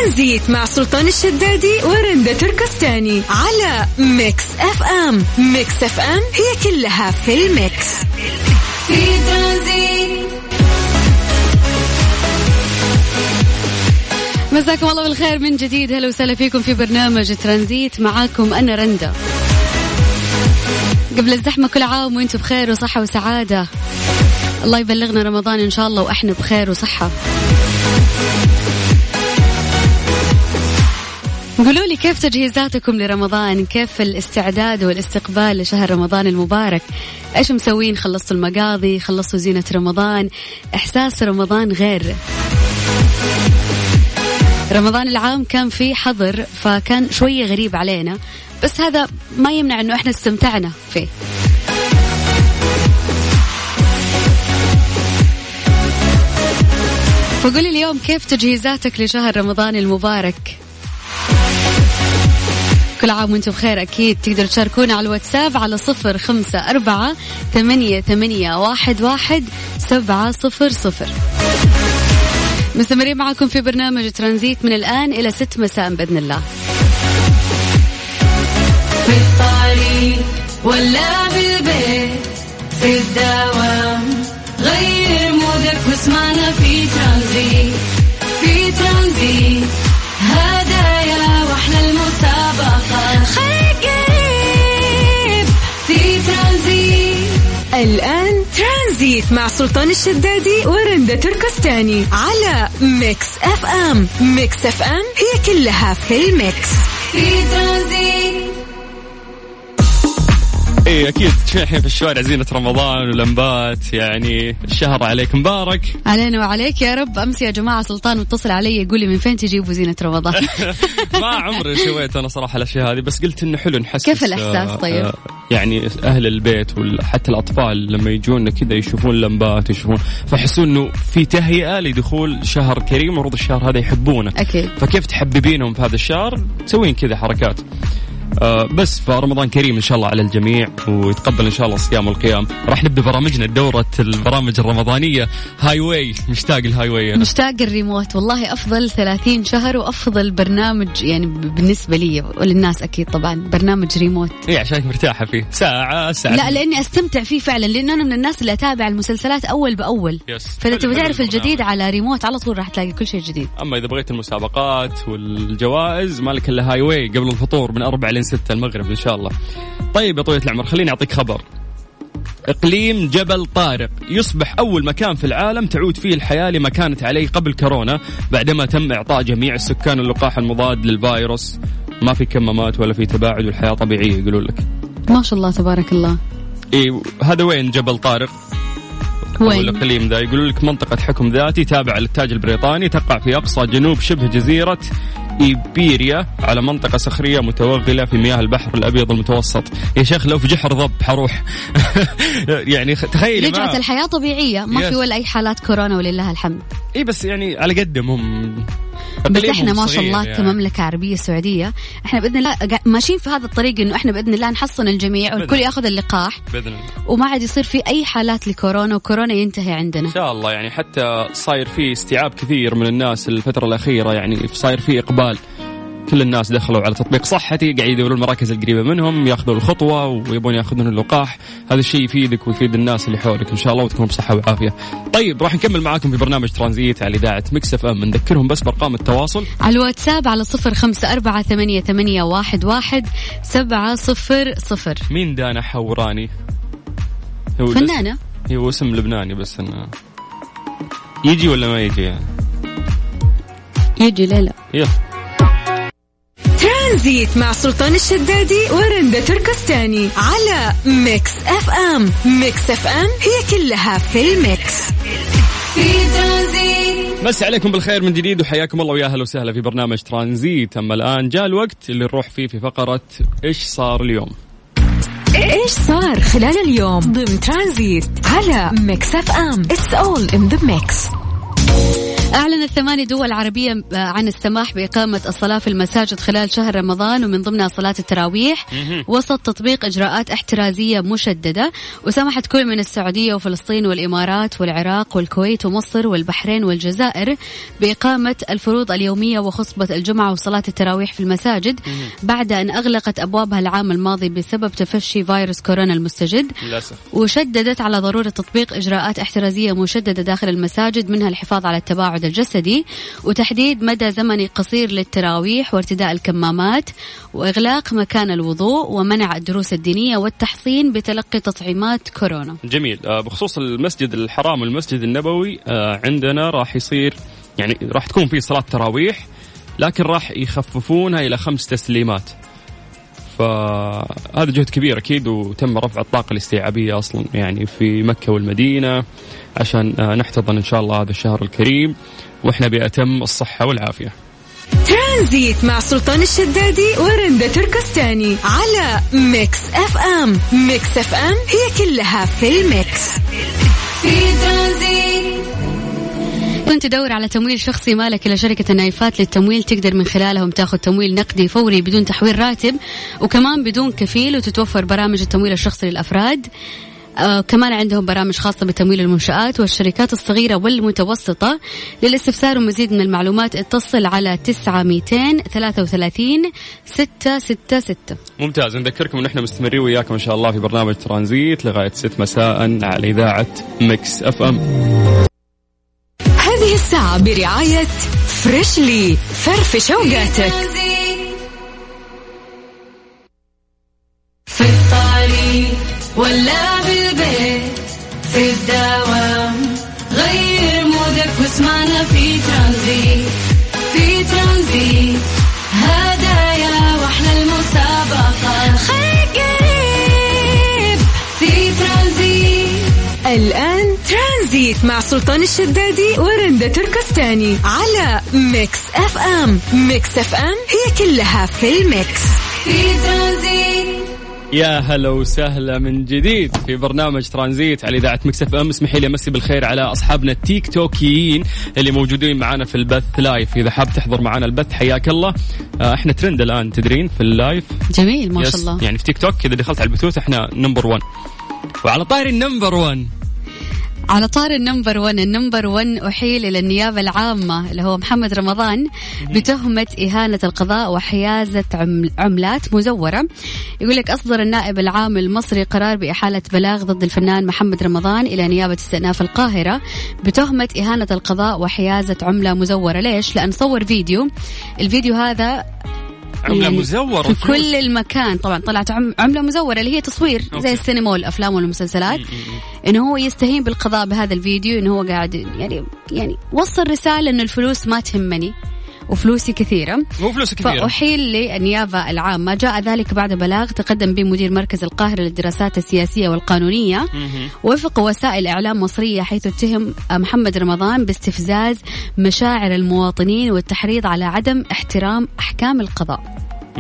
ترانزيت مع سلطان الشدادي ورندا تركستاني على ميكس اف ام. ميكس اف ام هي كلها في الميكس. في ترانزيت. مساكم الله بالخير من جديد. هلا وسهلا فيكم في برنامج ترانزيت، معاكم أنا رندا. قبل الزحمة كل عام وانتم بخير وصحة وسعادة. الله يبلغنا رمضان إن شاء الله وإحنا بخير وصحة. قولوا لي كيف تجهيزاتكم لرمضان؟ كيف الاستعداد والاستقبال لشهر رمضان المبارك؟ ايش مسوين؟ خلصتوا المقاضي؟ خلصتوا زينة رمضان؟ احساس رمضان غير. رمضان العام كان فيه حظر فكان شوية غريب علينا، بس هذا ما يمنع انه احنا استمتعنا فيه. فقولي اليوم كيف تجهيزاتك لشهر رمضان المبارك؟ كل عام وانتم بخير. أكيد تقدروا تشاركونا على الواتساب على 0548811700. مستمرين معكم في برنامج ترانزيت من الآن إلى 6 مساء بإذن الله. في الطريق ولا بالبيت في الدوام، غير مودك واسمعنا في ترانزيت. في ترانزيت هدايا واحلى المسابقة، خليك قريب في ترانزيت. الآن ترانزيت مع سلطان الشدادي ورندا تركستاني على ميكس اف ام. ميكس اف ام هي كلها في الميكس. في ترانزيت. ايه اكيد الحين في الشوارع زينة رمضان ولمبات، يعني الشهر عليك مبارك. علينا وعليك يا رب. امس يا جماعة سلطان متصل علي يقول لي من فين تجيبوا زينة رمضان؟ ما عمري سويت انا صراحة الاشياء هذه، بس قلت انه حلو نحسس. كيف الاحساس طيب؟ يعني اهل البيت وحتى الاطفال لما يجون كذا يشوفون لمبات يشوفون، فيحسون انه في تهيئة لدخول شهر كريم، المفروض الشهر هذا يحبونه. اكيد. فكيف تحببينهم في هذا الشهر؟ تسوين كذا حركات. بس فرمضان كريم إن شاء الله على الجميع، ويتقبل إن شاء الله الصيام والقيام. راح نبدأ برامجنا دورة البرامج الرمضانية. هاي واي، مشتاق الهاي واي أنا. مشتاق الريموت والله. أفضل 30 شهر وأفضل برنامج يعني بالنسبة لي وللناس أكيد طبعا برنامج ريموت. إيه عشانك مرتاحة فيه ساعة. لا لأني أستمتع فيه فعلا، لأن أنا من الناس اللي أتابع المسلسلات أول بأول. فإذا تبي تعرف الجديد على ريموت على طول راح تلاقي كل شيء جديد. أما إذا بغيت المسابقات والجوائز مالك إلا هاي واي قبل الفطور من 4 ل 6 المغرب إن شاء الله. طيب يا طويلة العمر خليني أعطيك خبر. إقليم جبل طارق يصبح أول مكان في العالم تعود فيه الحياة لما كانت عليه قبل كورونا، بعدما تم إعطاء جميع السكان اللقاح المضاد للفيروس. ما في كمامات ولا في تباعد والحياة طبيعية يقولون لك. ما شاء الله تبارك الله. إيه هذا وين جبل طارق؟ وين الإقليم ذا؟ يقولون لك منطقة حكم ذاتي تابعة للتاج البريطاني، تقع في أقصى جنوب شبه جزيرة إيبيريا على منطقة صخرية متوغلة في مياه البحر الأبيض المتوسط. يا شيخ لو في جحر ضب حروح. يعني تخيل رجعت الحياة طبيعية، ما في ولا أي حالات كورونا ولله الحمد. إيه بس يعني على قدهم بس احنا ما شاء الله يعني كمملكة عربية سعودية احنا بإذن الله ماشيين في هذا الطريق، انه احنا بإذن الله نحصن الجميع والكل ياخذ اللقاح بإذن الله، وما عاد يصير في اي حالات لكورونا، وكورونا ينتهي عندنا ان شاء الله. يعني حتى صاير في استيعاب كثير من الناس الفترة الأخيرة، يعني صاير في إقبال، كل الناس دخلوا على تطبيق صحتي، قاعد يدورون المراكز القريبة منهم ياخذوا الخطوة ويبون ياخذون اللقاح. هذا الشيء يفيدك ويفيد الناس اللي حولك إن شاء الله، وتكونوا بصحة وعافية. طيب راح نكمل معاكم في برنامج ترانزيت على إذاعة ميكس اف ام. نذكرهم بس بأرقام التواصل على الواتساب على 0548811700. مين دانا حوراني؟ هو فنانة، هو اسم لبناني بس إنه يجي ولا ما يجي يعني؟ يجي ليلى. يلا ترانزيت مع سلطان الشدادي ورندا تركستاني على ميكس اف ام. ميكس اف ام هي كلها في الميكس. في ترانزيت. مسي عليكم بالخير من جديد وحياكم الله ويا اهلا وسهلا في برنامج ترانزيت. اما الان جاء الوقت اللي نروح فيه في فقرة ايش صار اليوم. ايش صار خلال اليوم ضمن ترانزيت على ميكس اف ام. It's all in the mix. أعلنت 8 دول عربية عن السماح بإقامة الصلاة في المساجد خلال شهر رمضان، ومن ضمنها صلاة التراويح وسط تطبيق إجراءات احترازية مشددة. وسمحت كل من السعودية وفلسطين والإمارات والعراق والكويت ومصر والبحرين والجزائر بإقامة الفروض اليومية وخطبة الجمعة وصلاة التراويح في المساجد بعد أن أغلقت أبوابها العام الماضي بسبب تفشي فيروس كورونا المستجد. وشددت على ضرورة تطبيق إجراءات احترازية مشددة داخل المساجد، منها الحفاظ على التباعد الجسدي وتحديد مدى زمني قصير للتراويح وارتداء الكمامات وإغلاق مكان الوضوء ومنع الدروس الدينية والتحصين بتلقي تطعيمات كورونا. جميل. بخصوص المسجد الحرام والمسجد النبوي عندنا راح يصير يعني راح تكون في صلاة تراويح، لكن راح يخففونها إلى 5 تسليمات. فهذا جهد كبير أكيد، وتم رفع الطاقة الاستيعابية أصلا يعني في مكة والمدينة عشان نحتضن إن شاء الله هذا الشهر الكريم وإحنا بأتم الصحة والعافية. ترانزيت مع سلطان الشدادي ورندا تركستاني على ميكس اف ام. ميكس اف ام هي كلها في الميكس. في ترانزيت. كنت تدور على تمويل شخصي مالك إلى شركة النايفات للتمويل، تقدر من خلالهم تاخذ تمويل نقدي فوري بدون تحويل راتب وكمان بدون كفيل، وتتوفر برامج التمويل الشخصي للأفراد. كمان عندهم برامج خاصة بتمويل المنشآت والشركات الصغيرة والمتوسطة. للاستفسار ومزيد من المعلومات اتصل على 9-233 666. ممتاز. نذكركم ان احنا مستمرين وياكم ان شاء الله في برنامج ترانزيت لغاية 6 مساء على إذاعة ميكس اف ام. هذه الساعة برعاية فريشلي، فرفش اوقاتك. في الطريق ولا بالبيت، في الدوام غير مودك واسمعنا في ترانزيت. في ترانزيت هدايا واحلى المسابقة، خليك قريب في ترانزيت. الآن ترانزيت مع سلطان الشدادي ورندا تركستاني على ميكس اف ام. ميكس اف ام هي كلها في الميكس. في ترانزيت. يا هلا وسهلا من جديد في برنامج ترانزيت على إذاعة ميكس اف ام. اسمحي لي أمسي بالخير على أصحابنا التيك توكيين اللي موجودين معنا في البث لايف. إذا حاب تحضر معنا البث حياك الله. احنا ترند الآن تدرين في اللايف. جميل ما شاء الله. يعني في تيك توك إذا دخلت على البثوث احنا نمبر 1. وعلى طاري النمبر 1، على طار النمبر 1 أحيل إلى النيابة العامة اللي هو محمد رمضان بتهمة إهانة القضاء وحيازة عملات مزورة. يقول لك أصدر النائب العام المصري قرار بإحالة بلاغ ضد الفنان محمد رمضان إلى نيابة استئناف القاهرة بتهمة إهانة القضاء وحيازة عملة مزورة. ليش؟ لأن صور الفيديو هذا عملة يعني مزورة في كل المكان. طبعا طلعت عملة مزورة اللي هي تصوير زي السينما والأفلام والمسلسلات. إنه هو يستهين بالقضاء بهذا الفيديو، إنه هو قاعد يعني وصل رسالة إنه الفلوس ما تهمني وفلوسي كثيرة. فأحيل للنيابة العامة. جاء ذلك بعد بلاغ تقدم به مدير مركز القاهرة للدراسات السياسية والقانونية وفق وسائل إعلام مصرية، حيث اتهم محمد رمضان باستفزاز مشاعر المواطنين والتحريض على عدم احترام أحكام القضاء.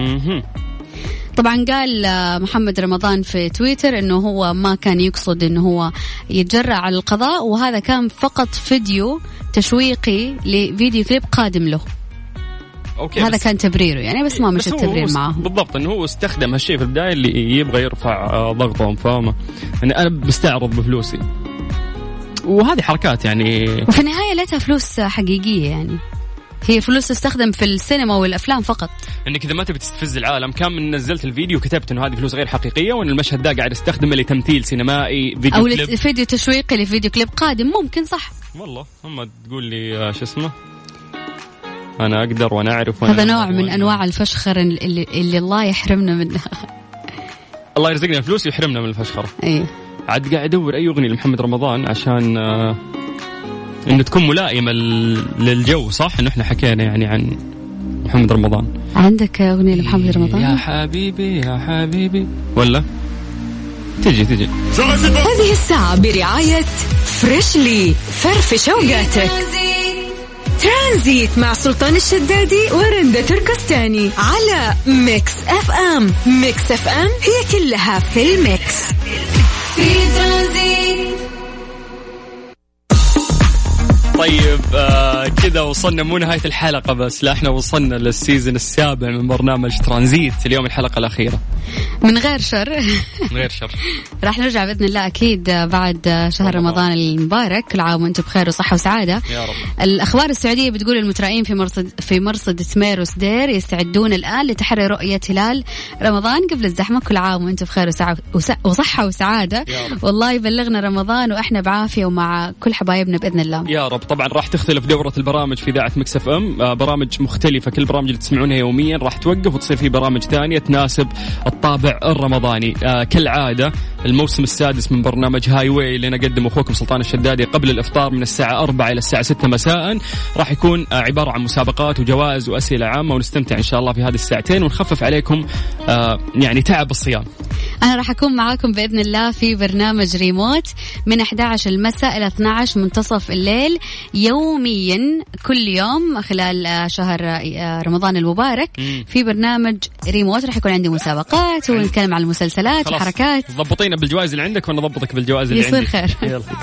طبعا قال محمد رمضان في تويتر انه هو ما كان يقصد انه هو يتجرأ على القضاء، وهذا كان فقط فيديو تشويقي لفيديو كليب قادم له. أوكي، هذا كان تبريره يعني، بس ما مش التبرير معه بالضبط. انه هو استخدم هالشيء في البدايه اللي يبغى يرفع ضغطهم، فاهمه؟ يعني انا بستعرض بفلوسي، وهذه حركات يعني وفي النهايه لها فلوس حقيقيه، يعني هي فلوس تستخدم في السينما والأفلام فقط. انك اذا ما تبي تستفز العالم كان من نزلت الفيديو كتبت انه هذه فلوس غير حقيقيه، وان المشهد ده قاعد يستخدمه لتمثيل سينمائي فيديو او كليب. فيديو تشويقي لفيديو كليب قادم، ممكن صح والله. هم تقول لي شو اسمه، انا اقدر وانا اعرف هذا نوع من انواع الفشخره اللي الله يحرمنا منها. الله يرزقنا الفلوس ويحرمنا من الفشخره. ايه عاد قاعد ادور اي اغنيه لمحمد رمضان عشان انه تكون ملائمه للجو، صح؟ انه احنا حكينا يعني عن محمد رمضان. عندك اغنيه لمحمد رمضان؟ يا حبيبي يا حبيبي ولا تجي هذه الساعه برعايه فريشلي، فرفش اوقاتك. ترانزيت مع سلطان الشدادي ورندا تركستاني على ميكس اف ام. ميكس اف ام هي كلها في الميكس. في ترانزيت. طيب كذا وصلنا مو نهاية الحلقة بس، لا احنا وصلنا للسيزن السابع من برنامج ترانزيت. اليوم الحلقة الأخيرة من غير شر من غير شر. راح نرجع بإذن الله أكيد بعد شهر رمضان المبارك. كل عام وأنتم بخير وصحة وسعادة يا رب. الأخبار السعودية بتقول المترائين في مرصد سميروس دير يستعدون الآن لتحري رؤية هلال رمضان قبل الزحمة. كل عام وأنتم بخير وصحة وسعادة، والله يبلغنا رمضان وإحنا بعافية ومع كل حبايبنا بإذن الله يا رب. طبعا راح تختلف دورة البرامج في إذاعة مكس اف ام، برامج مختلفة. كل برامج اللي تسمعونها يوميا راح توقف وتصير في برامج ثانية تناسب الطابع الرمضاني. كالعادة الموسم السادس من برنامج هاي واي اللي نقدم أخوكم سلطان الشدادي قبل الإفطار من الساعة 4 إلى الساعة 6 مساء راح يكون عبارة عن مسابقات وجوائز وأسئلة عامة، ونستمتع إن شاء الله في هذه الساعتين ونخفف عليكم يعني تعب الصيام. أنا راح أكون معاكم بإذن الله في برنامج ريموت من 11 المساء إلى 12 منتصف الليل يوميا كل يوم خلال شهر رمضان المبارك. في برنامج ريموت راح يكون عندي مسابقات ونتكلم عن المسلسلات وحركات. ضبطينا بالجوائز اللي عندك وانا ضبطك بالجوائز اللي عندي. يصير خير.